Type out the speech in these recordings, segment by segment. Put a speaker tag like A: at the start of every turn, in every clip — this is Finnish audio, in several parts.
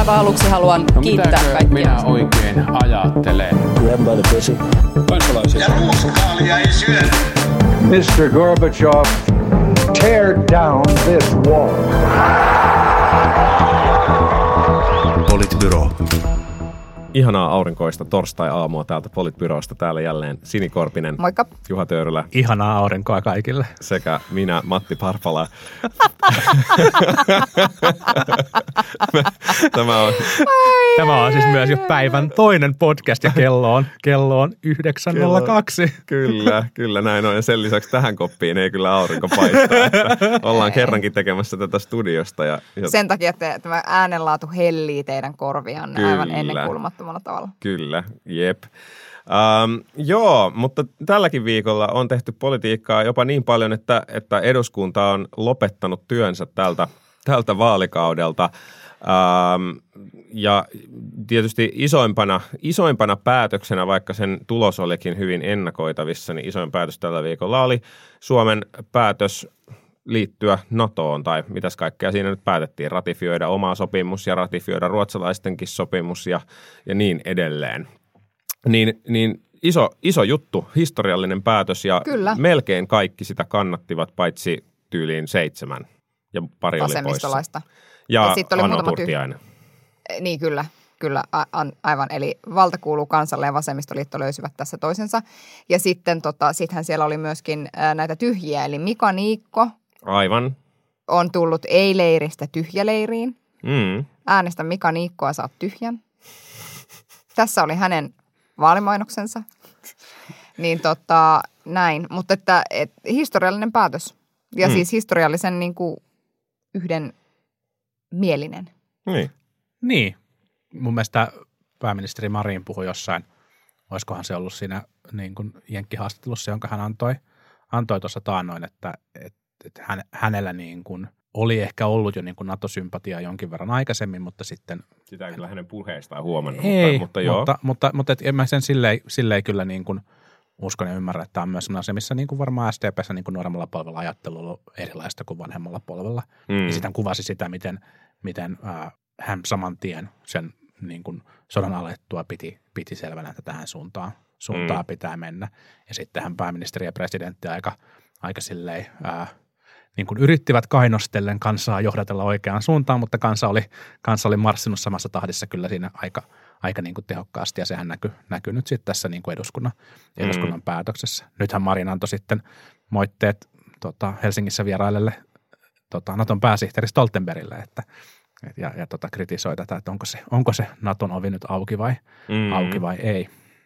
A: aivan aluksi haluan kiittää kaikkia.
B: Minä oikein ajattelen?
C: Grab by the pussy.
B: Kansalaisia.
D: Ja ruuskaalia ei syödä.
E: Mr. Gorbachev, tear down this wall.
F: Politbyro. Ihanaa aurinkoista torstai-aamua täältä Politbyrosta. Täällä jälleen Sini Korpinen.
A: Moikka.
F: Juha Töyrylä.
G: Ihanaa aurinkoa kaikille.
F: Sekä minä, Matti Parpala.
G: Tämä on siis myös jo päivän toinen podcast ja kello on 9.02.
F: Kyllä näin on. Ja sen lisäksi tähän koppiin ei kyllä aurinko paistaa. Ollaan kerrankin tekemässä tätä studiosta. Ja
A: sen takia, että tämä äänenlaatu hellii teidän korvianne aivan ennenkuulumattomalla tavalla.
F: Kyllä, jep. Joo, mutta tälläkin viikolla on tehty politiikkaa jopa niin paljon, että eduskunta on lopettanut työnsä tältä vaalikaudelta. Ja tietysti isoimpana päätöksenä, vaikka sen tulos olikin hyvin ennakoitavissa, niin isoin päätös tällä viikolla oli Suomen päätös liittyä NATOon, tai mitäs kaikkea siinä nyt päätettiin, ratifioida oma sopimus ja ratifioida ruotsalaistenkin sopimus ja niin edelleen. Niin iso juttu, historiallinen päätös, ja kyllä. Melkein kaikki sitä kannattivat, paitsi tyyliin 7, ja pari oli poissa. Ja Anna Turtiainen.
A: Niin kyllä, aivan. Eli valta kuuluu kansalle ja vasemmistoliitto löysivät tässä toisensa. Ja sitten sittenhän siellä oli myöskin näitä tyhjiä, eli Mika Niikko.
F: Aivan.
A: On tullut ei-leiristä tyhjäleiriin. Äänestä Mika Niikkoa, saat tyhjän. Tässä oli hänen vaalimainoksensa. Niin näin, mutta että historiallinen päätös. Ja siis historiallisen niin kuin yhden mielinen.
G: Niin. Mun mielestä pääministeri Marin puhui jossain, olisikohan se ollut siinä niin kuin jenkkihaastattelussa, jonka hän antoi tuossa taannoin, että hänellä niin kuin oli ehkä ollut jo niin kuin NATO-sympatia jonkin verran aikaisemmin, mutta sitten...
F: Sitä ei kyllä hänen puheistaan huomannut,
G: ei,
F: mutta joo.
G: Mutta en mä sen silleen kyllä niin kuin uskon ja ymmärrän, että tämä on myös sellainen asia, missä niin kuin varmaan SDP:ssä niin kuin nuoremmalla polvella ajattelu on ollut erilaista kuin vanhemmalla polvella. Ja sitten kuvasi sitä, miten hän saman tien sen niin kuin sodan alettua piti selvänä, että tähän suuntaan pitää mennä. Ja sittenhän pääministeri ja presidentti aika silleen niin kuin yrittivät kainostellen kansaa johdatella oikeaan suuntaan, mutta kansa oli marssinut samassa tahdissa kyllä siinä aika niin kuin tehokkaasti, ja sehän näkyy nyt sitten tässä niin kuin eduskunnan päätöksessä. Nythän Marin antoi sitten moitteet Helsingissä vierailelle Naton pääsihteeri Stoltenbergille, ja kritisoi tätä, että onko se Naton ovi nyt auki vai ei.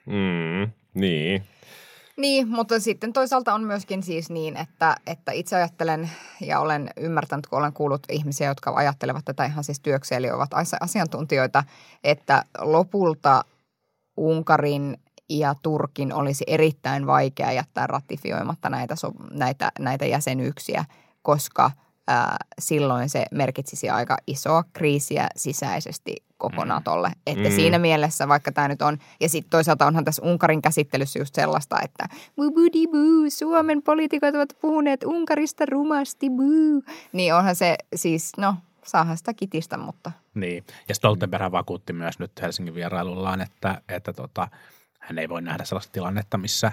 F: Niin.
A: Niin, mutta sitten toisaalta on myöskin siis niin, että itse ajattelen ja olen ymmärtänyt, kun olen kuullut ihmisiä, jotka ajattelevat tätä ihan siis työkseen, eli ovat asiantuntijoita, että lopulta Unkarin ja Turkin olisi erittäin vaikea jättää ratifioimatta näitä jäsenyyksiä, koska silloin se merkitsisi aika isoa kriisiä sisäisesti koko NATOlle. Että siinä mielessä, vaikka tämä nyt on, ja sitten toisaalta onhan tässä Unkarin käsittelyssä just sellaista, että Suomen poliitikot ovat puhuneet Unkarista rumasti, niin onhan se siis, saahan sitä kitistä, mutta. Niin,
G: ja Stoltenberg vakuutti myös nyt Helsingin vierailullaan, että hän ei voi nähdä sellaista tilannetta, missä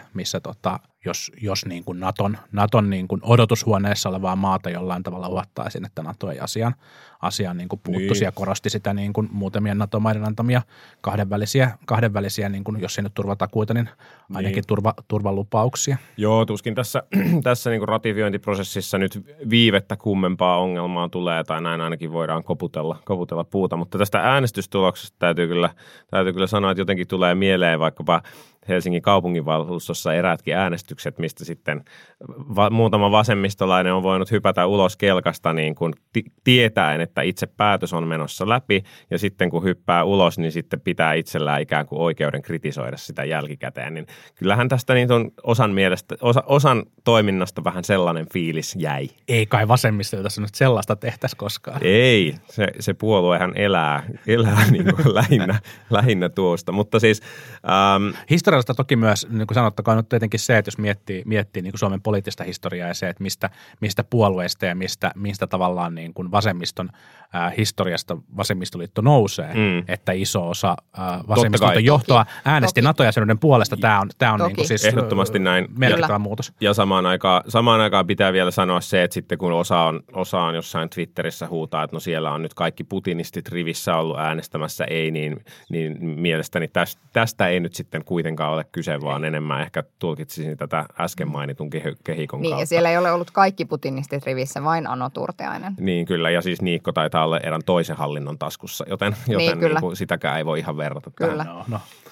G: jos niin kuin Naton niin kuin odotushuoneessa olevaa maata jollain tavalla uhattaisiin, että Nato ei asiaan niin kuin puuttuisi ja korosti sitä niin kuin muutamien NATO-maiden antamia kahdenvälisiä niin kuin, jos ei nyt turvatakuita, niin ainakin turvalupauksia.
F: Joo, tuskin tässä niin kuin ratifiointiprosessissa nyt viivettä kummempaa ongelmaa tulee, tai näin ainakin voidaan koputella puuta, mutta tästä äänestystuloksesta täytyy kyllä sanoa, että jotenkin tulee mieleen vaikkapa Helsingin kaupunginvaltuustossa eräätkin äänestykset, mistä sitten muutama vasemmistolainen on voinut hypätä ulos kelkasta niin kuin tietäen, että itse päätös on menossa läpi, ja sitten kun hyppää ulos, niin sitten pitää itsellään ikään kuin oikeuden kritisoida sitä jälkikäteen. Niin kyllähän tästä niin on osan toiminnasta vähän sellainen fiilis jäi.
G: Ei kai vasemmistolta nyt sellaista tehtäisi koskaan.
F: Ei, se puoluehan elää niin kuin lähinnä tuosta, mutta siis
G: historiallista toki myös, niin kuin sanottakaan nyt tietenkin se, että jos miettii niin kuin Suomen poliittista historiaa ja se, että mistä puolueista ja mistä tavallaan niin kuin vasemmiston historiasta vasemmistoliitto nousee, että iso osa vasemmistoliiton johtoa äänesti NATO-jäsenyyden puolesta. Tämä on niin kuin siis
F: ehdottomasti näin.
G: Merkittävä muutos.
F: Ja samaan aikaan pitää vielä sanoa se, että sitten kun osa on jossain Twitterissä huutaa, että no siellä on nyt kaikki putinistit rivissä ollut äänestämässä ei, niin mielestäni tästä ei nyt sitten kuitenkaan ole kyse, vaan enemmän ehkä tulkitsisin tätä äsken mainitun kehikon kautta.
A: Ja siellä ei ole ollut kaikki putinistit rivissä, vain Ano Turtiainen.
F: Niin kyllä, ja siis Niikko taitaa olla erään toisen hallinnon taskussa, joten niin kuin sitäkään ei voi ihan verrata
A: kyllä.
F: tähän.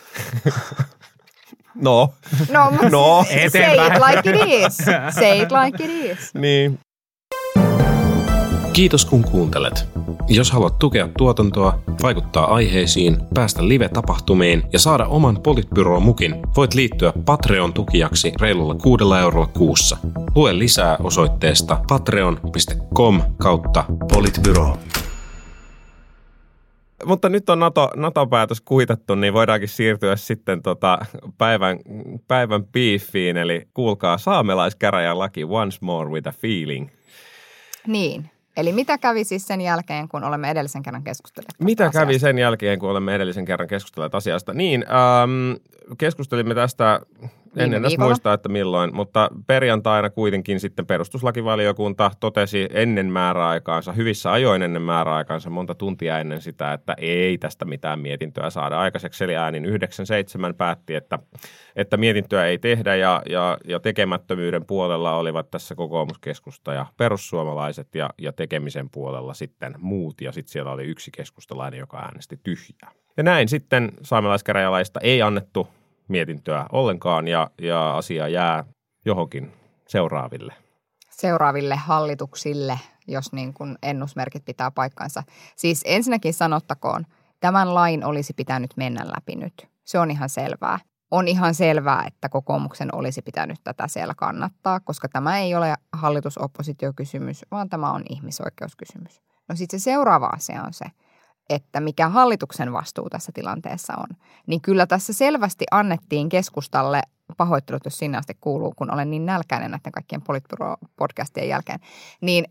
A: No, say it like it is. Say it like it is.
F: Niin.
C: Kiitos kun kuuntelet. Jos haluat tukea tuotantoa, vaikuttaa aiheisiin, päästä live-tapahtumiin ja saada oman Politbyro-mukin, voit liittyä Patreon-tukijaksi reilulla 6 € kuussa. Lue lisää osoitteesta patreon.com/politbyro.
F: Mutta nyt on NATO-päätös kuitattu, niin voidaankin siirtyä sitten päivän beefiin, eli kuulkaa saamelaiskäräjälaki Once More with a Feeling.
A: Niin. Eli mitä kävi siis sen jälkeen, kun olemme edellisen kerran keskustelleet
F: asiasta? Niin, keskustelimme tästä, en edes muista, että milloin, mutta perjantaina kuitenkin sitten perustuslakivaliokunta totesi ennen määräaikaansa, hyvissä ajoin ennen määräaikaansa, monta tuntia ennen sitä, että ei tästä mitään mietintöä saada aikaiseksi. Eli äänin 9-7 päätti, että mietintöä ei tehdä ja tekemättömyyden puolella olivat tässä kokoomus, keskusta ja perussuomalaiset ja tekemisen puolella sitten muut. Ja sitten siellä oli yksi keskustalainen, joka äänesti tyhjää. Ja näin sitten saamelaiskäräjälaista ei annettu mietintöä ollenkaan ja asia jää johonkin seuraaville
A: hallituksille, jos niin kuin ennusmerkit pitää paikkansa. Siis ensinnäkin sanottakoon, tämän lain olisi pitänyt mennä läpi nyt. Se on ihan selvää. On ihan selvää, että kokoomuksen olisi pitänyt tätä siellä kannattaa, koska tämä ei ole hallitus-oppositiokysymys, vaan tämä on ihmisoikeuskysymys. No sitten se seuraava asia on se, että mikä hallituksen vastuu tässä tilanteessa on, niin kyllä tässä selvästi annettiin keskustalle, pahoittelut jos sinne asti kuuluu, kun olen niin nälkäinen näiden kaikkien Politbyro-podcastien jälkeen, niin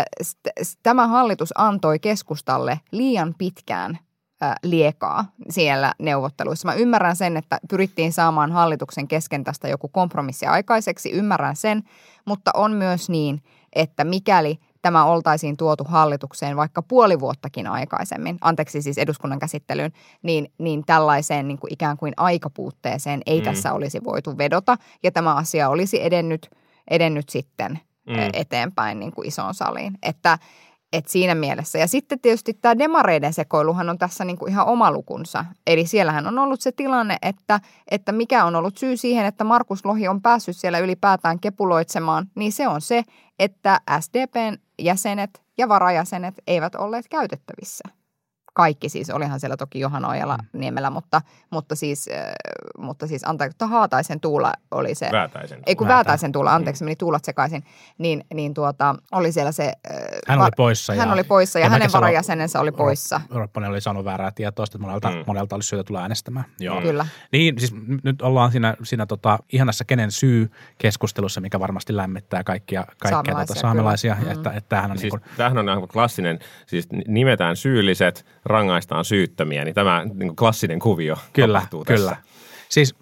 A: tämä hallitus antoi keskustalle liian pitkään liekaa siellä neuvotteluissa. Mä ymmärrän sen, että pyrittiin saamaan hallituksen kesken tästä joku kompromissi aikaiseksi, ymmärrän sen, mutta on myös niin, että mikäli tämä oltaisiin tuotu hallitukseen vaikka puoli vuottakin aikaisemmin, anteeksi siis eduskunnan käsittelyyn, niin tällaiseen niin kuin ikään kuin aikapuutteeseen ei tässä olisi voitu vedota. Ja tämä asia olisi edennyt sitten eteenpäin niin kuin isoon saliin. Että siinä mielessä. Ja sitten tietysti tämä demareiden sekoiluhan on tässä niin kuin ihan oma lukunsa. Eli siellähän on ollut se tilanne, että mikä on ollut syy siihen, että Markus Lohi on päässyt siellä ylipäätään kepuloitsemaan, niin se on se, että SDPn jäsenet ja varajäsenet eivät olleet käytettävissä. Kaikki siis, olihan siellä toki Johanna Ojala-Niemelä, mutta siis anteeksi, Haataisen Tuula oli se. Väätäisen Tuula, anteeksi, meni Tuulat sekaisin, niin oli siellä se.
G: Hän oli poissa.
A: Hän oli poissa ja hänen varajäsenensä oli poissa.
G: Ropponen oli saanut väärää tietoa, että monelta olisi syytä tulla äänestämään. Joo.
A: Kyllä.
G: Niin, siis nyt ollaan siinä ihanassa kenen syy -keskustelussa, mikä varmasti lämmittää kaikkia saamelaisia. Että tämähän on,
F: siis tämähän on klassinen, siis nimetään syylliset, rangaistaan syyttömiä, niin tämä niin kuin klassinen kuvio tapahtuu tässä. Kyllä.
G: Siis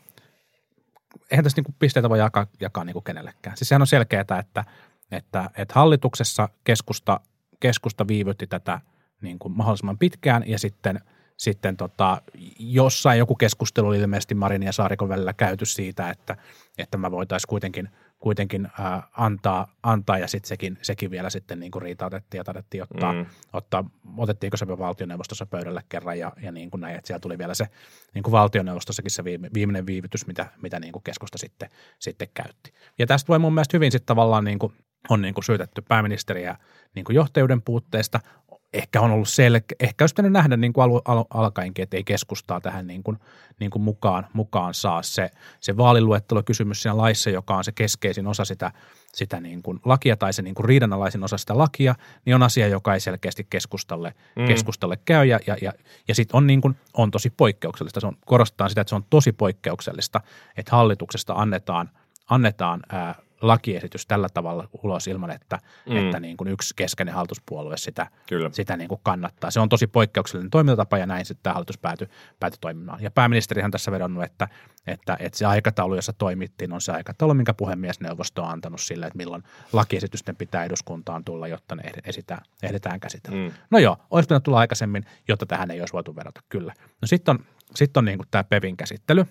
G: eihän tässä niin kuin pisteitä voi jakaa niin kuin kenellekään. Siis sehän on selkeää, että hallituksessa keskusta viivytti tätä niin kuin mahdollisimman pitkään ja sitten jossain joku keskustelu oli ilmeisesti Marinin ja Saarikon välillä käyty siitä, että me voitaisiin kuitenkin antaa ja sitten sekin vielä sitten niin kuin riitautettiin ja taidettiin otettiinko se valtioneuvostossa pöydälle kerran ja niin kuin näin, että siellä tuli vielä se niin kuin valtioneuvostossakin se viimeinen viivytys, mitä niin kuin keskusta sitten käytti. Ja tästä voi mun mielestä hyvin sitten tavallaan niin kuin on niin kuin syytetty pääministeriä niin kuin johtajuuden puutteesta. ehkä on ollut ehkä olisi pitänyt nähdä niin kuin alkaenkin, että ei keskustaa tähän niin kuin mukaan saa se vaaliluettelokysymys siinä laissa, joka on se keskeisin osa sitä niin kuin lakia tai se niin kuin riidanalaisin osa sitä lakia, niin on asia, joka ei selkeästi keskustalle käy ja sitten on, niin kuin, on tosi poikkeuksellista. Korostetaan sitä, että se on tosi poikkeuksellista, että hallituksesta annetaan lakiesitys tällä tavalla ulos ilman, että niin kuin yksi keskeinen hallituspuolue sitä niin kuin kannattaa. Se on tosi poikkeuksellinen toimintatapa ja näin sitten tämä hallitus päätyi toimimaan. Ja pääministerihan tässä vedonnut, että se aikataulu, jossa toimittiin, on se aikataulu, minkä puhemiesneuvosto on antanut sille, että milloin lakiesitysten pitää eduskuntaan tulla, jotta ne ehditään käsitellä. No joo, olisi pitänyt tulla aikaisemmin, jotta tähän ei olisi voitu vedota, kyllä. No sitten on niin kuin tämä PeVin käsittely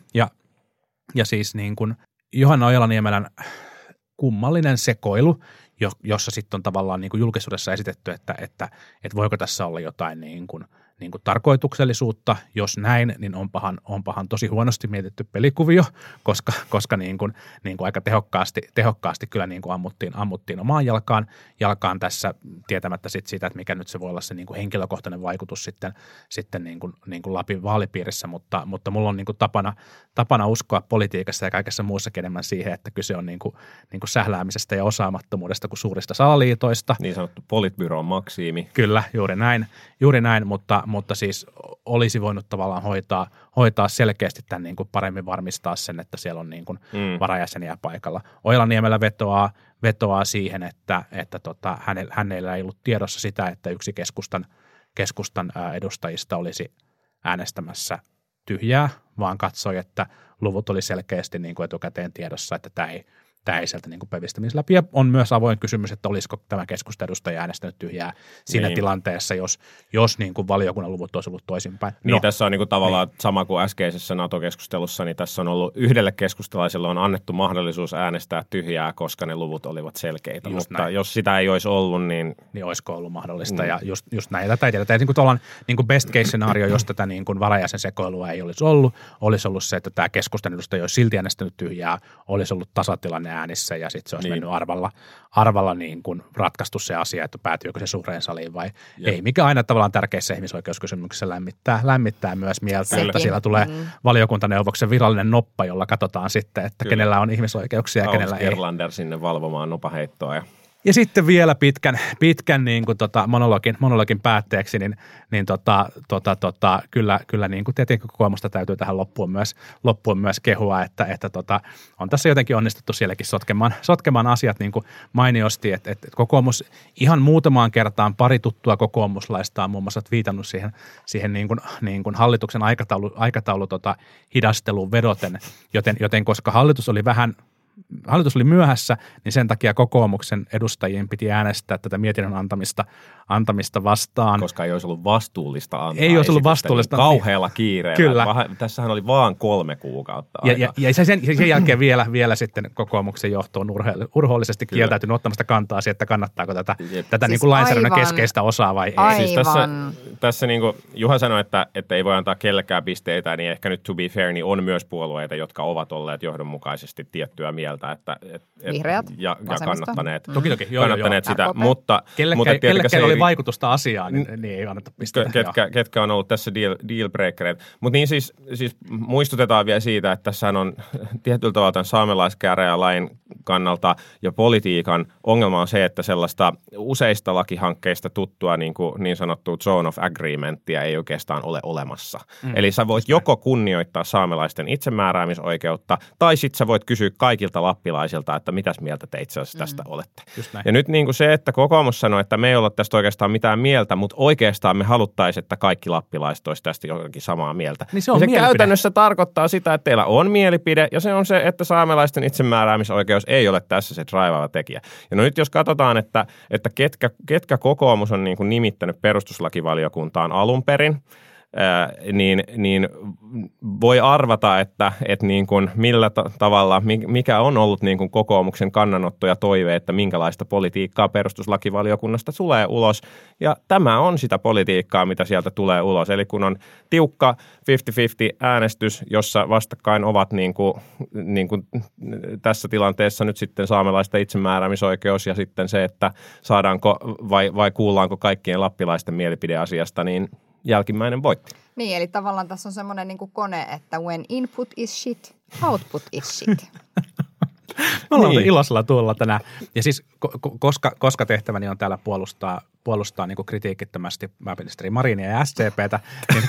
G: ja siis niin kuin Johanna Ojala-Niemelän kummallinen sekoilu, jossa sitten on tavallaan niin kuin julkisuudessa esitetty, että voiko tässä olla jotain niin kuin tarkoituksellisuutta. Jos näin, niin onpahan tosi huonosti mietitty pelikuvio, koska niin kuin aika tehokkaasti kyllä niin kuin ammuttiin omaan jalkaan tässä tietämättä siitä, että mikä nyt se voi olla se niin kuin henkilökohtainen vaikutus sitten niin kuin Lapin vaalipiirissä, mutta mulla on niin kuin tapana uskoa politiikassa ja kaikessa muussakin enemmän siihen, että kyse on niin kuin sähläämisestä ja osaamattomuudesta kuin suurista salaliitoista.
F: Niin sanottu politbyroon maksiimi.
G: Kyllä, juuri näin, mutta siis olisi voinut tavallaan hoitaa selkeästi tämän niin kuin paremmin varmistaa sen, että siellä on niin kuin varajäseniä paikalla. Ojala-Niemelä vetoaa siihen, että hänellä ei ollut tiedossa sitä, että yksi keskustan edustajista olisi äänestämässä tyhjää, vaan katsoi, että luvut oli selkeästi niin kuin etukäteen tiedossa, että tämä ei sieltä niin kuin pevistämisen läpi. Ja on myös avoin kysymys, että olisiko tämä keskustaedustaja äänestänyt tyhjää siinä tilanteessa, jos niin kuin valiokunnan luvut olisi ollut toisinpäin.
F: Niin, tässä on niin kuin tavallaan sama kuin äskeisessä NATO-keskustelussa, niin tässä on ollut yhdelle keskustalaiselle on annettu mahdollisuus äänestää tyhjää, koska ne luvut olivat selkeitä. Just mutta näin. Jos sitä ei olisi ollut, niin olisiko ollut mahdollista. Ja just näin. Tätä ei tiedä. Niin kuin best case scenario, jos tätä niin kuin varajäsen sekoilua ei olisi ollut se, että tämä keskustan edustaja olisi silti äänestänyt tyhjää, olisi ollut tasatilanne äänissä ja sitten se olisi mennyt arvalla niin kuin ratkaistu se asia, että päätyykö se suureen saliin vai ei, mikä aina tavallaan tärkeissä ihmisoikeuskysymyksissä lämmittää myös mieltä, että siellä tulee valiokuntaneuvoksen virallinen noppa, jolla katsotaan sitten, että kenellä on ihmisoikeuksia ja kenellä ei. Erlander sinne valvomaan nopaheittoa
G: ja sitten vielä pitkän niin kuin monologin päätteeksi, niin kyllä niin kuin tietenkin kokoomusta täytyy tähän loppuun myös kehua, että on tässä jotenkin onnistuttu sielläkin sotkemaan asiat niin kuin mainiosti, että kokoomus ihan muutamaan kertaan pari tuttua kokoomuslaista on muun muassa viitannut siihen niin kuin hallituksen aikataulu hidasteluun vedoten, joten koska hallitus oli myöhässä, niin sen takia kokoomuksen edustajien piti äänestää tätä mietinnön antamista vastaan. Koska
F: ei olisi ollut vastuullista antaa.
G: Ei olisi ollut vastuullista.
F: Niin kauhealla kiireellä.
G: Kyllä.
F: Tässähän oli vaan 3 kuukautta aikaa.
G: Ja sen jälkeen vielä sitten kokoomuksen johto on urhoollisesti kieltäytynyt ottamasta kantaa siihen, että kannattaako tätä siis niin kuin lainsäädännön keskeistä osaa vai ei.
F: Siis tässä niin kuin Juha sanoi, että ei voi antaa kellekään pisteitä, niin ehkä nyt to be fair, niin on myös puolueita, jotka ovat olleet johdonmukaisesti tiettyä mieltä, että
A: vihreät,
F: ja kannattaneet sitä,
A: RKP.
F: mutta
G: kellekään oli vaikutusta asiaan, niin ei anneta pisteitä.
F: Ketkä on ollut tässä dealbreakereita. Mutta niin siis muistutetaan vielä siitä, että tässä on tietyllä tavalla tämän saamelaiskäräjälain kannalta ja politiikan ongelma on se, että sellaista useista lakihankkeista tuttua niin sanottua zone of agreementia ei oikeastaan ole olemassa. Eli sä voit joko kunnioittaa saamelaisten itsemääräämisoikeutta tai sitten sä voit kysyä kaikilta lappilaisilta, että mitäs mieltä te itse asiassa tästä olette. Ja nyt niin kuin se, että kokoomus sanoi, että me ei olla tästä oikeastaan mitään mieltä, mutta oikeastaan me haluttaisiin, että kaikki lappilaiset olisi tästä jotenkin samaa mieltä.
G: Niin se
F: käytännössä tarkoittaa sitä, että teillä on mielipide ja se on se, että saamelaisten itsemääräämisoikeus ei ole tässä se draivaava tekijä. Ja no nyt jos katsotaan, että ketkä kokoomus on niin kuin nimittänyt perustuslakivaliokuntaan alun perin, niin voi arvata, että niin kuin millä tavalla, mikä on ollut niin kuin kokoomuksen kannanotto ja toive, että minkälaista politiikkaa perustuslakivaliokunnasta tulee ulos. Ja tämä on sitä politiikkaa, mitä sieltä tulee ulos. Eli kun on tiukka 50-50 äänestys, jossa vastakkain ovat niin kuin tässä tilanteessa nyt sitten saamelaisten itsemääräämisoikeus ja sitten se, että saadaanko vai kuullaanko kaikkien lappilaisten mielipideasiasta, niin jälkimmäinen voitti.
A: Niin, eli tavallaan tässä on semmoinen niin kuin kone, että when input is shit, output is shit.
G: Me ollaan iloisella tuolla tänään. Ja siis, koska tehtäväni on täällä puolustaa niin kuin kritiikittömästi pääministeri Marinia ja SDP:tä, niin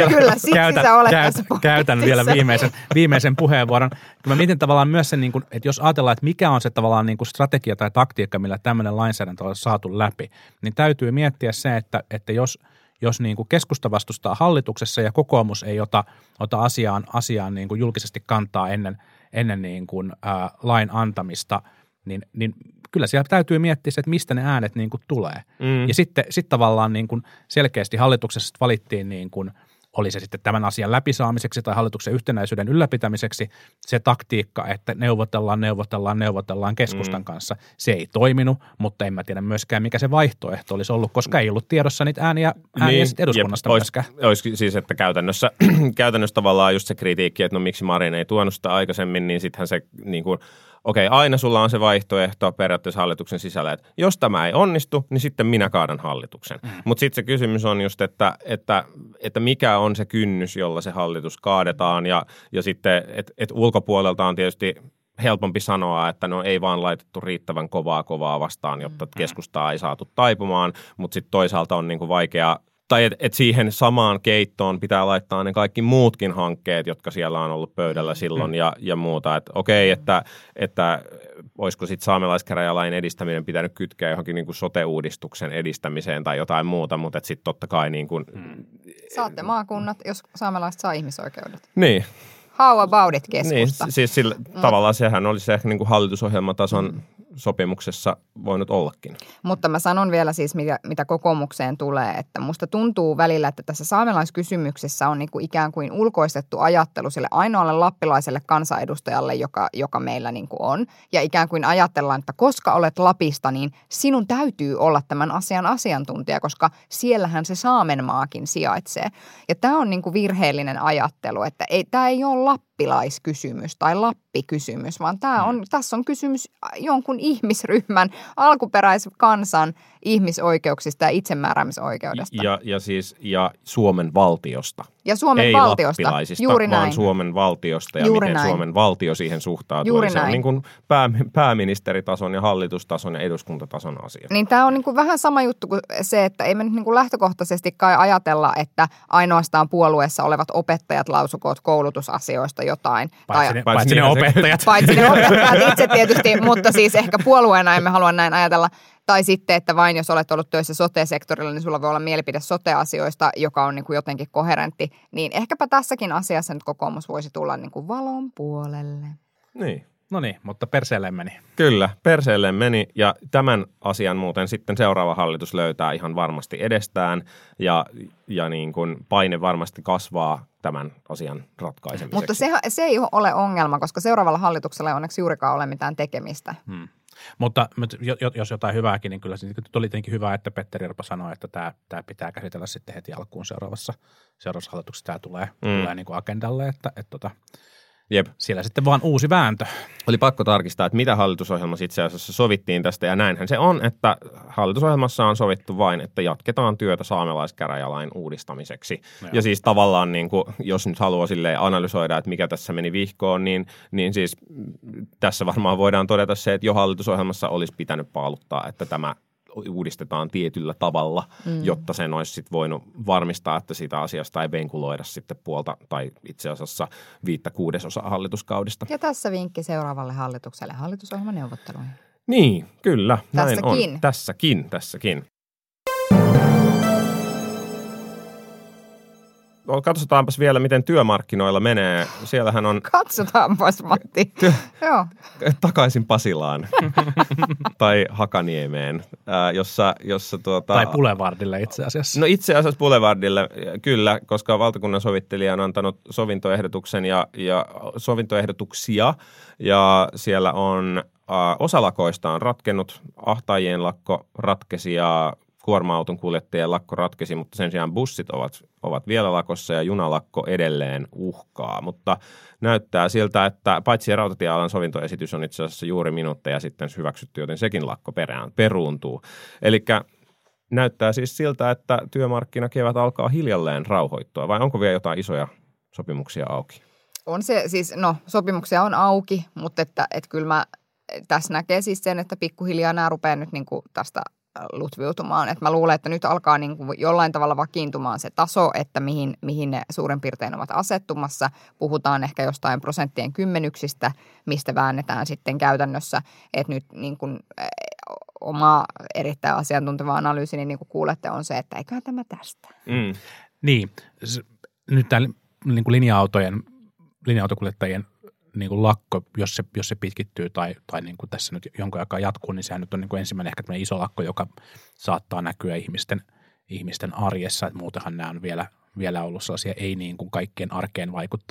G: käytän vielä viimeisen puheenvuoron. Mä mietin tavallaan myös sen, niin kuin, että jos ajatellaan, että mikä on se tavallaan niin kuin strategia tai taktiikka, millä tämmöinen lainsäädäntö on saatu läpi, niin täytyy miettiä se, että jos niin kuin keskusta vastustaa hallituksessa ja kokoomus ei ota asiaan niin kuin julkisesti kantaa ennen niin kuin, lain antamista, niin kyllä siellä täytyy miettiä se, että mistä ne äänet niin kuin tulee. Ja sitten tavallaan niin kuin selkeästi hallituksessa valittiin niin kuin, oli se sitten tämän asian läpisaamiseksi tai hallituksen yhtenäisyyden ylläpitämiseksi se taktiikka, että neuvotellaan keskustan kanssa. Se ei toiminut, mutta en mä tiedä myöskään, mikä se vaihtoehto olisi ollut, koska ei ollut tiedossa niitä ääniä eduskunnasta myöskään.
F: Olisi siis, että käytännössä tavallaan just se kritiikki, että no miksi Marin ei tuonut sitä aikaisemmin, niin sittenhän se niin kuin okei, aina sulla on se vaihtoehto periaatteessa hallituksen sisällä, että jos tämä ei onnistu, niin sitten minä kaadan hallituksen. Mutta sitten se kysymys on just, että mikä on se kynnys, jolla se hallitus kaadetaan ja sitten, että ulkopuolelta on tietysti helpompi sanoa, että no ei vaan laitettu riittävän kovaa vastaan, jotta keskustaa ei saatu taipumaan, mutta sitten toisaalta on niinku vaikea tai että siihen samaan keittoon pitää laittaa ne kaikki muutkin hankkeet, jotka siellä on ollut pöydällä silloin ja muuta. Että okei, että olisiko sitten saamelaiskäräjälain edistäminen pitänyt kytkeä johonkin niin kuin sote-uudistuksen edistämiseen tai jotain muuta, mutta sitten totta kai niin kuin
A: saatte maakunnat, jos saamelaiset saa ihmisoikeudet.
F: Niin.
A: How about it, keskusta?
F: Niin, siis tavallaan sehän olisi ehkä niin kuin hallitusohjelmatason sopimuksessa voinut ollakin.
A: Mutta mä sanon vielä siis, mitä kokoomukseen tulee, että musta tuntuu välillä, että tässä saamelaiskysymyksessä on niin kuin ikään kuin ulkoistettu ajattelu sille ainoalle lappilaiselle kansanedustajalle, joka meillä niin kuin on. Ja ikään kuin ajatellaan, että koska olet Lapista, niin sinun täytyy olla tämän asian asiantuntija, koska siellähän se Saamenmaakin sijaitsee. Ja tämä on niin kuin virheellinen ajattelu, että tämä ei ole lappilaiskysymys tai Lappi-kysymys, vaan tässä on kysymys jonkun ihmisryhmän, alkuperäiskansan ihmisoikeuksista ja itsemääräämisoikeudesta.
F: Ja Suomen valtiosta.
A: Ja Suomen
F: ei
A: valtiosta.
F: Lappilaisista,
A: juuri
F: vaan
A: näin.
F: Suomen valtiosta ja
A: juuri
F: miten
A: näin.
F: Suomen valtio siihen suhtautuu.
A: Juuri
F: se on
A: näin.
F: niin kuin pääministeritason ja hallitustason ja eduskuntatason asia.
A: Niin tämä on niin kuin vähän sama juttu kuin se, että ei me nyt niin kuin lähtökohtaisesti kai ajatella, että ainoastaan puolueessa olevat opettajat lausukoot koulutusasioista jotain.
G: Paitsi ne opettajat.
A: Paitsi ne opettajat itse tietysti, mutta siis ehkä puolueena emme halua näin ajatella. Tai sitten, että vain jos olet ollut töissä sote-sektorilla, niin sulla voi olla mielipide sote-asioista, joka on niin kuin jotenkin koherentti. Niin ehkäpä tässäkin asiassa nyt kokoomus voisi tulla niin kuin valon puolelle.
F: Niin.
G: No niin, mutta perseelle meni.
F: Kyllä, perseelle meni ja tämän asian muuten sitten seuraava hallitus löytää ihan varmasti edestään ja niin kuin paine varmasti kasvaa tämän asian ratkaisemiseksi.
A: Mutta se ei ole ongelma, koska seuraavalla hallituksella ei onneksi juurikaan ole mitään tekemistä.
G: Mutta jos jotain hyvääkin, niin kyllä se oli tietenkin hyvä, että Petteri Orpo sanoi, että tämä pitää käsitellä sitten heti alkuun seuraavassa hallituksessa. Tämä tulee niin kuin agendalle, että
F: Jep.
G: Siellä sitten vaan uusi vääntö.
F: Oli pakko tarkistaa, että mitä hallitusohjelmassa itse asiassa sovittiin tästä, ja näinhän se on, että hallitusohjelmassa on sovittu vain, että jatketaan työtä saamelaiskäräjälain uudistamiseksi. Ja siis tavallaan, niin kuin, jos nyt haluaa silleen analysoida, että mikä tässä meni vihkoon, niin siis tässä varmaan voidaan todeta se, että jo hallitusohjelmassa olisi pitänyt paaluttaa, että tämä uudistetaan tietyllä tavalla, jotta sen olisi sit voinut varmistaa, että sitä asiasta ei venkuloida sitten puolta tai itse asiassa 5/6 hallituskaudesta.
A: Ja tässä vinkki seuraavalle hallitukselle hallitusohjelmaneuvotteluihin.
F: Niin, kyllä.
A: Tässäkin.
F: Näin on. Tässäkin. katsotaanpas vielä, miten työmarkkinoilla menee. Siellähän on...
A: Katsotaanpas, Matti. Joo.
F: Takaisin Pasilaan tai Hakaniemeen, jossa
G: Tai Boulevardille itse asiassa.
F: No itse asiassa Boulevardille, kyllä, koska valtakunnan sovittelija on antanut sovintoehdotuksen ja sovintoehdotuksia, ja siellä on osa lakoista on ratkennut, ahtaajien lakko ratkesi ja kuorma-auton kuljettajien lakko ratkesi, mutta sen sijaan bussit ovat vielä lakossa ja junalakko edelleen uhkaa. Mutta näyttää siltä, että paitsi rautatiealan sovintoesitys on itse asiassa juuri minuutteja sitten hyväksytty, joten sekin lakko peruuntuu. Eli näyttää siis siltä, että työmarkkinakevät alkaa hiljalleen rauhoittua, vai onko vielä jotain isoja sopimuksia auki?
A: On se siis, sopimuksia on auki, mutta että kyllä mä tässä näkee siis sen, että pikkuhiljaa nämä rupeaa nyt niin kuin tästä lutviutumaan. Että mä luulen, että nyt alkaa niin kuin jollain tavalla vakiintumaan se taso, että mihin ne suurin piirtein ovat asettumassa. Puhutaan ehkä jostain prosenttien kymmenyksistä, mistä väännetään sitten käytännössä. Että nyt niin kuin oma erittäin asiantunteva analyysi, niin kuin kuulette, on se, että eiköhän tämä tästä.
G: Niin, nyt tämä niin kuin linja-autokuljettajien niin kuin lakko, jos se pitkittyy tai niin kuin tässä nyt jonkun aikaa jatkuu, niin sehän nyt on niin kuin ensimmäinen ehkä tämmöinen iso lakko, joka saattaa näkyä ihmisten arjessa. Että muutenhan nämä on vielä ollut sellaisia ei niin kuin kaikkien arkeen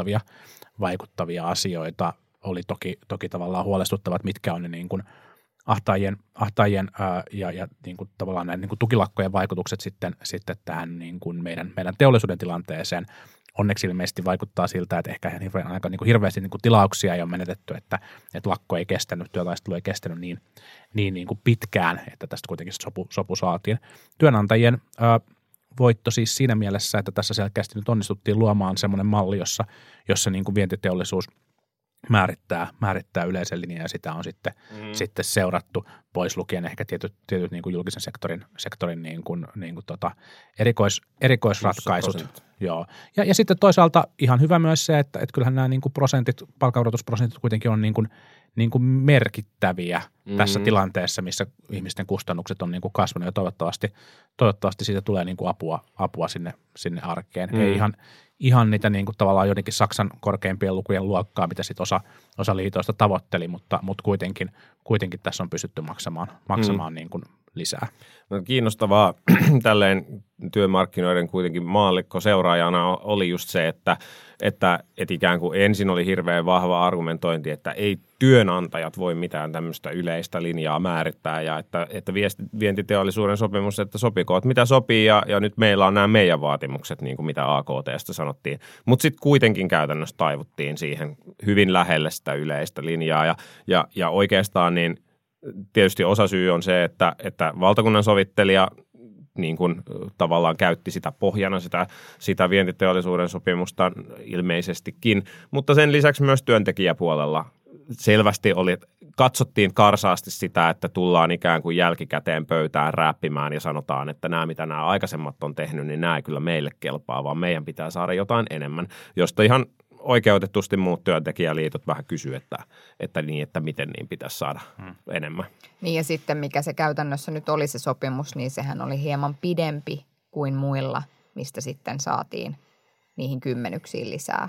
G: vaikuttavia asioita. Oli toki tavallaan huolestuttavat, mitkä on ne niin kuin ahtaajien ja niin kuin tavallaan näiden niin kuin tukilakkojen vaikutukset sitten tähän niin kuin meidän teollisuuden tilanteeseen. Onneksi ilmeisesti vaikuttaa siltä, että ehkä aika niin kuin hirveästi niin kuin tilauksia ei ole menetetty, että lakko ei kestänyt, työtaistelu ei kestänyt niin kuin pitkään, että tästä kuitenkin sopu saatiin. Työnantajien voitto siis siinä mielessä, että tässä selkeästi nyt onnistuttiin luomaan semmoinen malli, jossa niin kuin vientiteollisuus määrittää yleisen linjan ja sitä on sitten seurattu pois lukien ehkä tietyt niin kuin julkisen sektorin niin kuin erikoisratkaisut. Joo. Ja sitten toisaalta ihan hyvä myös se, että kyllähän nämä niin kuin palkankorotusprosentit kuitenkin on niin kuin merkittäviä tässä tilanteessa, missä ihmisten kustannukset on niin kuin kasvanut ja toivottavasti siitä tulee niin kuin apua sinne arkeen. Ei ihan niitä niin kuin tavallaan jotenkin Saksan korkeimpien lukujen luokkaa, mitä sitten osa liitoista tavoitteli, mutta kuitenkin tässä on pystytty maksamaan niin kuin lisää.
F: No, kiinnostavaa tälleen työmarkkinoiden kuitenkin maallikko seuraajana oli just se, että ikään kuin ensin oli hirveän vahva argumentointi, että ei työnantajat voi mitään tämmöistä yleistä linjaa määrittää ja että vientiteollisuuden sopimus, että sopikoot mitä sopii ja nyt meillä on nämä meidän vaatimukset, niin kuin mitä AKT:stä sanottiin. Mutta sitten kuitenkin käytännössä taivuttiin siihen hyvin lähelle sitä yleistä linjaa ja oikeastaan niin tietysti osasyy on se, että valtakunnan sovittelija niin kuin tavallaan käytti sitä pohjana, sitä vientiteollisuuden sopimusta ilmeisestikin, mutta sen lisäksi myös työntekijäpuolella selvästi katsottiin karsaasti sitä, että tullaan ikään kuin jälkikäteen pöytään rääppimään ja sanotaan, että nämä mitä nämä aikaisemmat on tehnyt, niin nämä ei kyllä meille kelpaa, vaan meidän pitää saada jotain enemmän, josta ihan oikeutetusti muut työntekijäliitot vähän kysyy, että miten niin pitäisi saada enemmän.
A: Niin ja sitten mikä se käytännössä nyt oli se sopimus, niin sehän oli hieman pidempi kuin muilla, mistä sitten saatiin niihin kymmenyksiin lisää.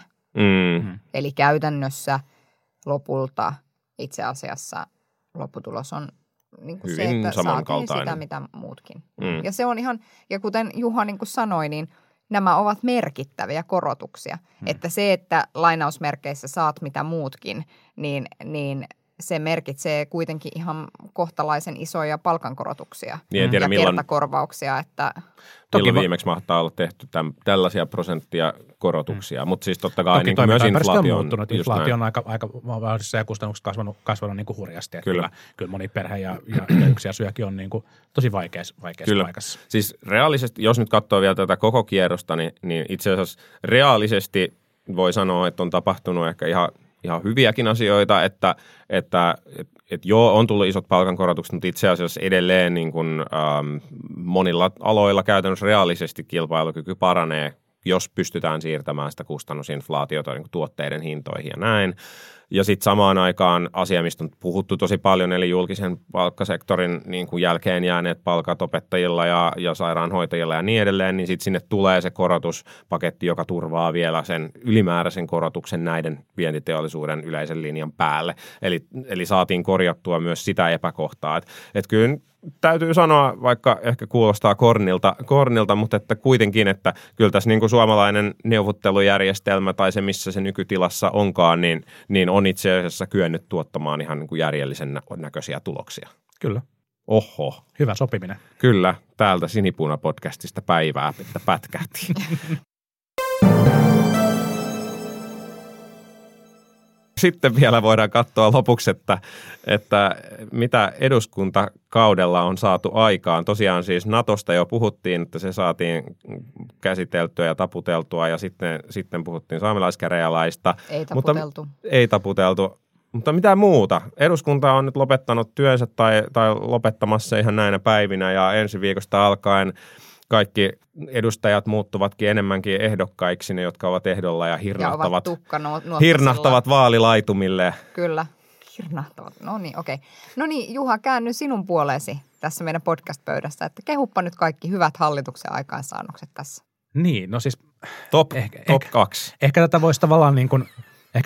A: Eli käytännössä lopulta itse asiassa lopputulos on niin kuin se, että saatiin sitä mitä muutkin. Ja se on ihan, ja kuten Juha niin kuin sanoi, niin nämä ovat merkittäviä korotuksia. Että se, että lainausmerkeissä saat mitä muutkin, niin se merkitsee kuitenkin ihan kohtalaisen isoja palkankorotuksia ja kertakorvauksia.
F: Milloin viimeksi mahtaa olla tehty tällaisia prosenttia korotuksia, mutta siis totta kai niin myös inflaatio on muuttunut.
G: Inflaatio on aika vauhdissa ja kustannukset kasvanut niin kuin hurjasti. Kyllä moni perhe ja yksi asujakin on niin kuin tosi vaikeassa paikassa.
F: Siis reaalisesti, jos nyt katsoo vielä tätä koko kierrosta, niin itse asiassa reaalisesti voi sanoa, että on tapahtunut ehkä ihan hyviäkin asioita, että joo, on tullut isot palkankorotukset, mutta itse asiassa edelleen niin kuin, monilla aloilla käytännössä reaalisesti kilpailukyky paranee, jos pystytään siirtämään sitä kustannusinflaatiota niin kuin tuotteiden hintoihin ja näin. Ja sitten samaan aikaan asia, mistä on puhuttu tosi paljon, eli julkisen palkkasektorin niin kuin jälkeen jääneet palkat opettajilla ja sairaanhoitajilla ja niin edelleen, niin sitten sinne tulee se korotuspaketti, joka turvaa vielä sen ylimääräisen korotuksen näiden vientiteollisuuden yleisen linjan päälle. Eli saatiin korjattua myös sitä epäkohtaa. Et kyllä täytyy sanoa, vaikka ehkä kuulostaa kornilta, mutta että kuitenkin, että kyllä tässä niin kuin suomalainen neuvottelujärjestelmä tai se, missä se nykytilassa onkaan, niin on itse asiassa kyennyt tuottamaan ihan niin kuin järjellisen näköisiä tuloksia.
G: Kyllä.
F: Oho.
G: Hyvä sopiminen.
F: Kyllä, täältä Sinipuna-podcastista päivää, että pätkähti. Sitten vielä voidaan katsoa lopuksi, että mitä eduskuntakaudella on saatu aikaan. Tosiaan siis Natosta jo puhuttiin, että se saatiin käsiteltyä ja taputeltua ja sitten puhuttiin saamelaiskäräjälaista.
A: Ei taputeltu.
F: Ei taputeltu. Mutta mitä muuta? Eduskunta on nyt lopettanut työnsä tai lopettamassa ihan näinä päivinä ja ensi viikosta alkaen kaikki edustajat muuttuvatkin enemmänkin ehdokkaiksi, ne jotka ovat ehdolla ja hirnahtavat vaalilaitumille.
A: Kyllä, hirnahtavat. No niin, okei. No niin, Juha, käänny sinun puoleesi tässä meidän podcast-pöydässä, että kehuppa nyt kaikki hyvät hallituksen aikaansaannokset tässä.
G: Niin, no siis
F: Top 2.
G: Ehkä tätä voisi tavallaan niin kuin,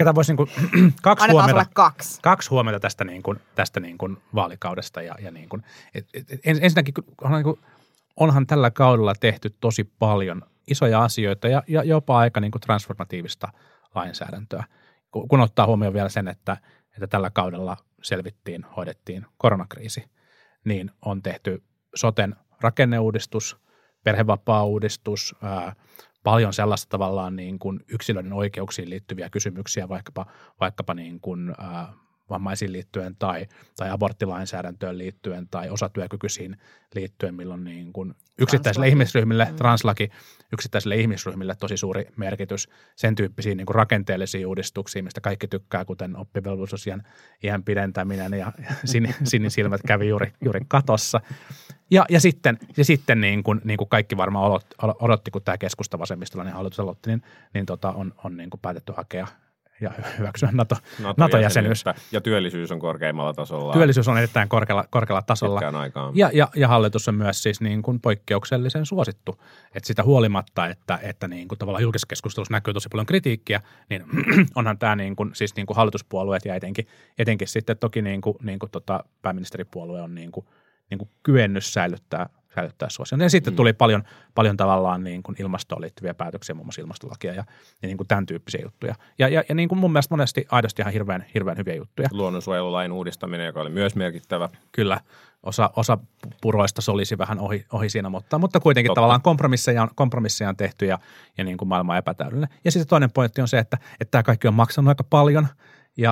G: kaksi huomiota tästä niin kuin vaalikaudesta ja niin kuin, ensinnäkin onhan tällä kaudella tehty tosi paljon isoja asioita ja jopa aika niin kuin transformatiivista lainsäädäntöä, kun ottaa huomioon vielä sen, että tällä kaudella hoidettiin koronakriisi, niin on tehty soten rakenneuudistus, perhevapaa-uudistus, paljon sellaista tavallaan niin kuin yksilöiden oikeuksiin liittyviä kysymyksiä, vaikkapa niin kuin vammaisiin liittyen tai aborttilainsäädäntöön liittyen tai osatyökykyisiin liittyen, milloin niin kuin yksittäisille ihmisryhmille, translaki yksittäisille ihmisryhmille tosi suuri merkitys, sen tyyppisiä niin kuin rakenteellisia uudistuksia, mistä kaikki tykkää, kuten oppivelvollisuusiän iän pidentäminen ja sinisilmät kävi juuri katossa. Ja sitten niin kuin kaikki varmaan odotti, kun tämä keskusta-vasemmistolainen hallitus aloitti, niin on niin kuin päätetty hakea ja hyväksyä NATO-jäsenyys.
F: Ja työllisyys on korkeimmalla tasolla.
G: Työllisyys on erittäin korkealla tasolla. Ja hallitus on myös siis niin kuin poikkeuksellisen suosittu. Että sitä huolimatta, että niin kuin tavallaan julkisessa keskustelussa näkyy tosi paljon kritiikkiä, niin onhan tämä niin kuin, siis niin kuin hallituspuolueet ja etenkin sitten toki niin kuin pääministeripuolue on niin kuin kyennyt säilyttää suosion. Ja sitten tuli paljon tavallaan niin kuin ilmastoon liittyviä päätöksiä, muun muassa ilmastolakia ja niin kuin tämän tyyppisiä juttuja. Ja niin kuin mun mielestä monesti aidosti ihan hirveän hyviä juttuja.
F: Luonnonsuojelulain uudistaminen, joka oli myös merkittävä.
G: Kyllä. Osa puroista solisi vähän ohi siinä, mutta kuitenkin tavallaan kompromisseja on tehty ja niin kuin maailma on epätäydellinen. Ja sitten toinen pointti on se, että tämä kaikki on maksanut aika paljon ja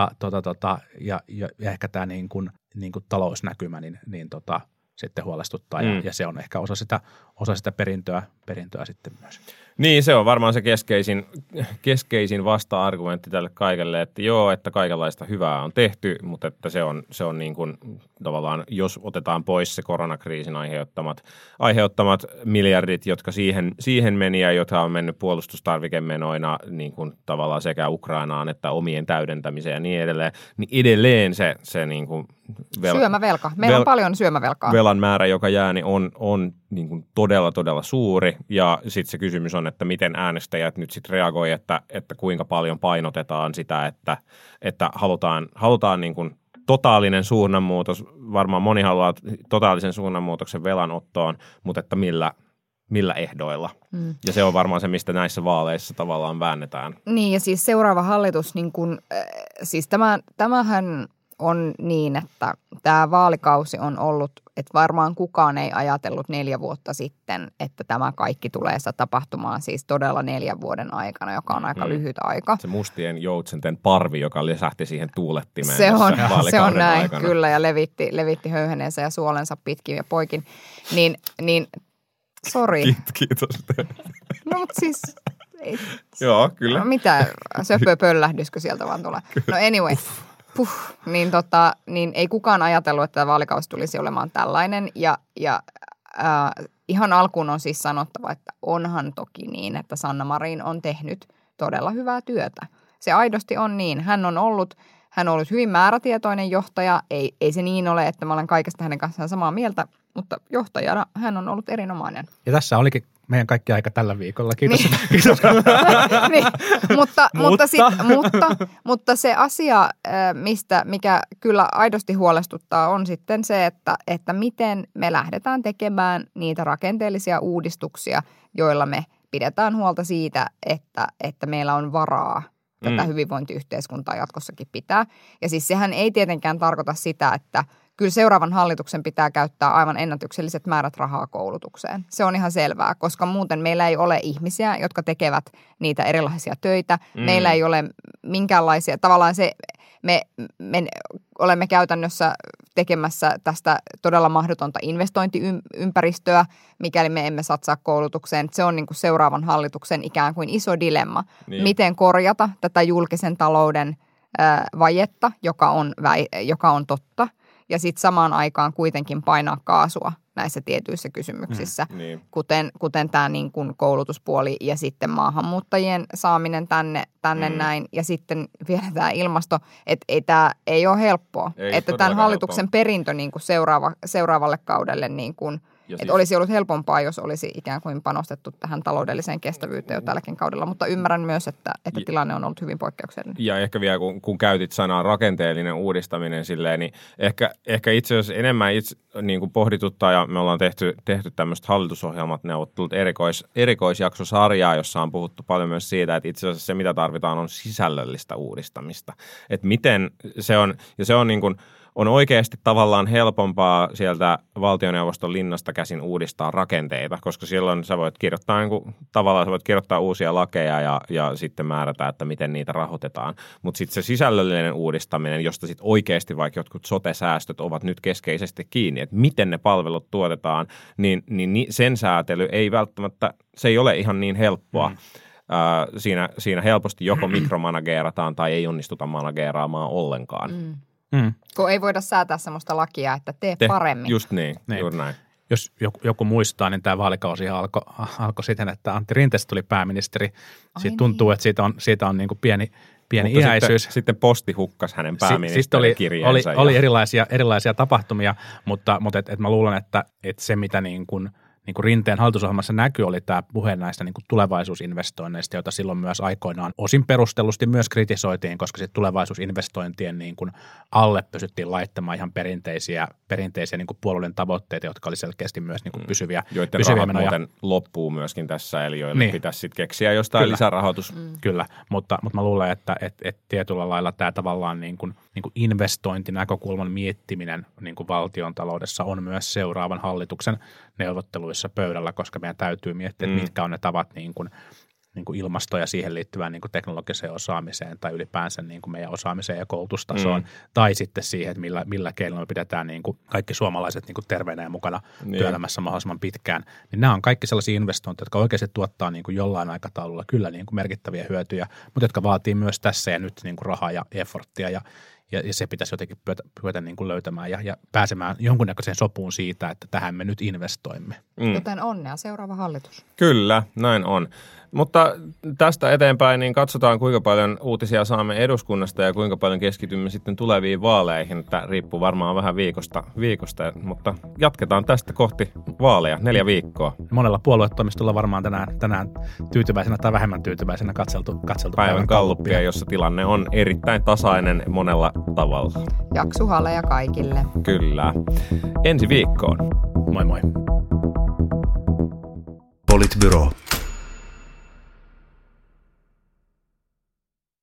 G: ehkä tämä niin kuin talousnäkymä sitten huolestuttaa ja se on ehkä osa sitä perintöä sitten myös.
F: Niin, se on varmaan se keskeisin vasta-argumentti tälle kaikelle, että joo, että kaikenlaista hyvää on tehty, mutta että se on niin kuin tavallaan, jos otetaan pois se koronakriisin aiheuttamat miljardit, jotka siihen meni ja jotka on mennyt puolustustarvikemenoina niin kuin tavallaan sekä Ukrainaan että omien täydentämiseen ja niin edelleen, niin edelleen se niin kuin
A: syömävelka. Meillä on paljon syömävelkaa.
F: Velan määrä, joka jää, niin on niin kuin todella suuri ja sitten se kysymys on, että miten äänestäjät nyt sitten reagoi, että kuinka paljon painotetaan sitä, että halutaan niin kuin totaalinen suunnanmuutos. Varmaan moni haluaa totaalisen suunnanmuutoksen velanottoon, mutta että millä ehdoilla. Ja se on varmaan se, mistä näissä vaaleissa tavallaan väännetään.
A: Niin ja siis seuraava hallitus, niin kun, siis tämähän on niin, että tämä vaalikausi on ollut, että varmaan kukaan ei ajatellut 4 vuotta sitten, että tämä kaikki tulee tapahtumaan siis todella 4 vuoden aikana, joka on aika lyhyt aika. Se
F: mustien joutsenten parvi, joka lisähti siihen tuulettimeen.
A: Se on näin, aikana. Kyllä, ja levitti höyheneensä ja suolensa pitkin ja poikin. Niin sori.
F: Kiitos.
A: No mutta siis...
F: Joo, kyllä.
A: No, mitä söpöpöllähdyskö sieltä vaan tulee? No anyway. Niin ei kukaan ajatellut, että tämä vaalikausi tulisi olemaan tällainen ja ihan alkuun on siis sanottava, että onhan toki niin, että Sanna Marin on tehnyt todella hyvää työtä. Se aidosti on niin. Hän on ollut hyvin määrätietoinen johtaja. Ei se niin ole, että mä olen kaikesta hänen kanssaan samaa mieltä, mutta johtajana hän on ollut erinomainen.
G: Ja tässä olikin meidän kaikki aika tällä viikolla. Kiitos. Niin. Kiitos.
A: Niin. Mutta se asia, mikä kyllä aidosti huolestuttaa, on sitten se, että miten me lähdetään tekemään niitä rakenteellisia uudistuksia, joilla me pidetään huolta siitä, että meillä on varaa tätä hyvinvointiyhteiskuntaa jatkossakin pitää. Ja siis sehän ei tietenkään tarkoita sitä, että kyllä seuraavan hallituksen pitää käyttää aivan ennätykselliset määrät rahaa koulutukseen. Se on ihan selvää, koska muuten meillä ei ole ihmisiä, jotka tekevät niitä erilaisia töitä. Meillä ei ole minkäänlaisia, tavallaan me olemme käytännössä tekemässä tästä todella mahdotonta investointiympäristöä, mikäli me emme satsaa koulutukseen. Se on niin kuin seuraavan hallituksen ikään kuin iso dilemma. Niin. Miten korjata tätä julkisen talouden vajetta, joka on totta, ja sitten samaan aikaan kuitenkin painaa kaasua näissä tietyissä kysymyksissä, kuten tämä niin kuin koulutuspuoli ja sitten maahanmuuttajien saaminen tänne näin, ja sitten vielä tämä ilmasto, että tämä ei ole helppoa, että tämän hallituksen perintö niin kuin seuraavalle kaudelle niin kuin, että olisi ollut helpompaa, jos olisi ikään kuin panostettu tähän taloudelliseen kestävyyteen jo tälläkin kaudella, mutta ymmärrän myös, että tilanne on ollut hyvin poikkeuksellinen.
F: Ja ehkä vielä, kun käytit sanaa rakenteellinen uudistaminen silleen, niin ehkä itse asiassa enemmän niin kuin pohdituttaa, ja me ollaan tehty tämmöiset hallitusohjelmat, neuvottelut erikoisjaksosarjaa, jossa on puhuttu paljon myös siitä, että itse asiassa se, mitä tarvitaan, on sisällöllistä uudistamista. Että miten se on, ja se on niin kuin on oikeasti tavallaan helpompaa sieltä valtioneuvoston linnasta käsin uudistaa rakenteita, koska silloin sä voit kirjoittaa uusia lakeja ja sitten määrätä, että miten niitä rahoitetaan. Mutta sitten se sisällöllinen uudistaminen, josta sitten oikeasti vaikka jotkut sote-säästöt ovat nyt keskeisesti kiinni, että miten ne palvelut tuotetaan, niin sen säätely ei välttämättä, se ei ole ihan niin helppoa. Siinä helposti joko mikromanageerataan tai ei onnistuta manageeraamaan ollenkaan.
A: Kun ei voida säätää sellaista lakia, että tee paremmin.
F: Just niin, juuri näin.
G: Jos joku muistaa, niin tämä vaalikausi alkoi siten, että Antti Rinteestä tuli pääministeri. Siitä tuntuu, että siitä on niin kuin pieni iäisyys.
F: Sitten Posti hukkasi hänen pääministerikirjeensä.
G: Oli erilaisia tapahtumia, mutta et mä luulen, että se mitä niin kuin Rinteen hallitusohjelmassa näkyy, oli tämä puhe näistä niin kuin tulevaisuusinvestoinneista, joita silloin myös aikoinaan osin perustellusti myös kritisoitiin, koska sitten tulevaisuusinvestointien niin kuin alle pystyttiin laittamaan ihan perinteisiä niin kuin puolueiden tavoitteita, jotka oli selkeästi myös niin kuin pysyviä
F: rahat
G: menoja.
F: Muuten loppuu myöskin tässä, eli joille pitäisi sitten keksiä jostain lisärahoitus.
G: Kyllä, mutta mä luulen, että tietyllä lailla tämä tavallaan niin kuin investointinäkökulman miettiminen niin kuin valtion taloudessa on myös seuraavan hallituksen neuvotteluissa pöydällä, koska meidän täytyy miettiä, että mitkä on ne tavat niin kuin ilmasto- ja siihen liittyvään niin kuin teknologiseen osaamiseen tai ylipäänsä niin kuin meidän osaamiseen ja koulutustasoon, tai sitten siihen, että millä keinoilla pidetään niin kuin kaikki suomalaiset niin kuin terveenä ja mukana työelämässä mahdollisimman pitkään. Niin nämä on kaikki sellaisia investointeja, jotka oikeasti tuottaa niin kuin jollain aikataululla kyllä niin kuin merkittäviä hyötyjä, mutta jotka vaatii myös tässä ja nyt niin kuin rahaa ja efforttia ja se pitäisi jotenkin pyötä niin kuin löytämään ja pääsemään jonkunnäköiseen sopuun siitä, että tähän me nyt investoimme.
A: Joten onnea seuraava hallitus.
F: Kyllä, näin on. Mutta tästä eteenpäin niin katsotaan, kuinka paljon uutisia saamme eduskunnasta ja kuinka paljon keskitymme sitten tuleviin vaaleihin. Tämä riippuu varmaan vähän viikosta, mutta jatketaan tästä kohti vaaleja, 4 viikkoa.
G: Monella puoluetoimistolla varmaan tänään tyytyväisenä tai vähemmän tyytyväisenä katseltu
F: päivän gallupia, jossa tilanne on erittäin tasainen monella tavalla.
A: Jaksuhaleja kaikille.
F: Kyllä. Ensi viikkoon.
G: Moi moi.
H: Politbyro.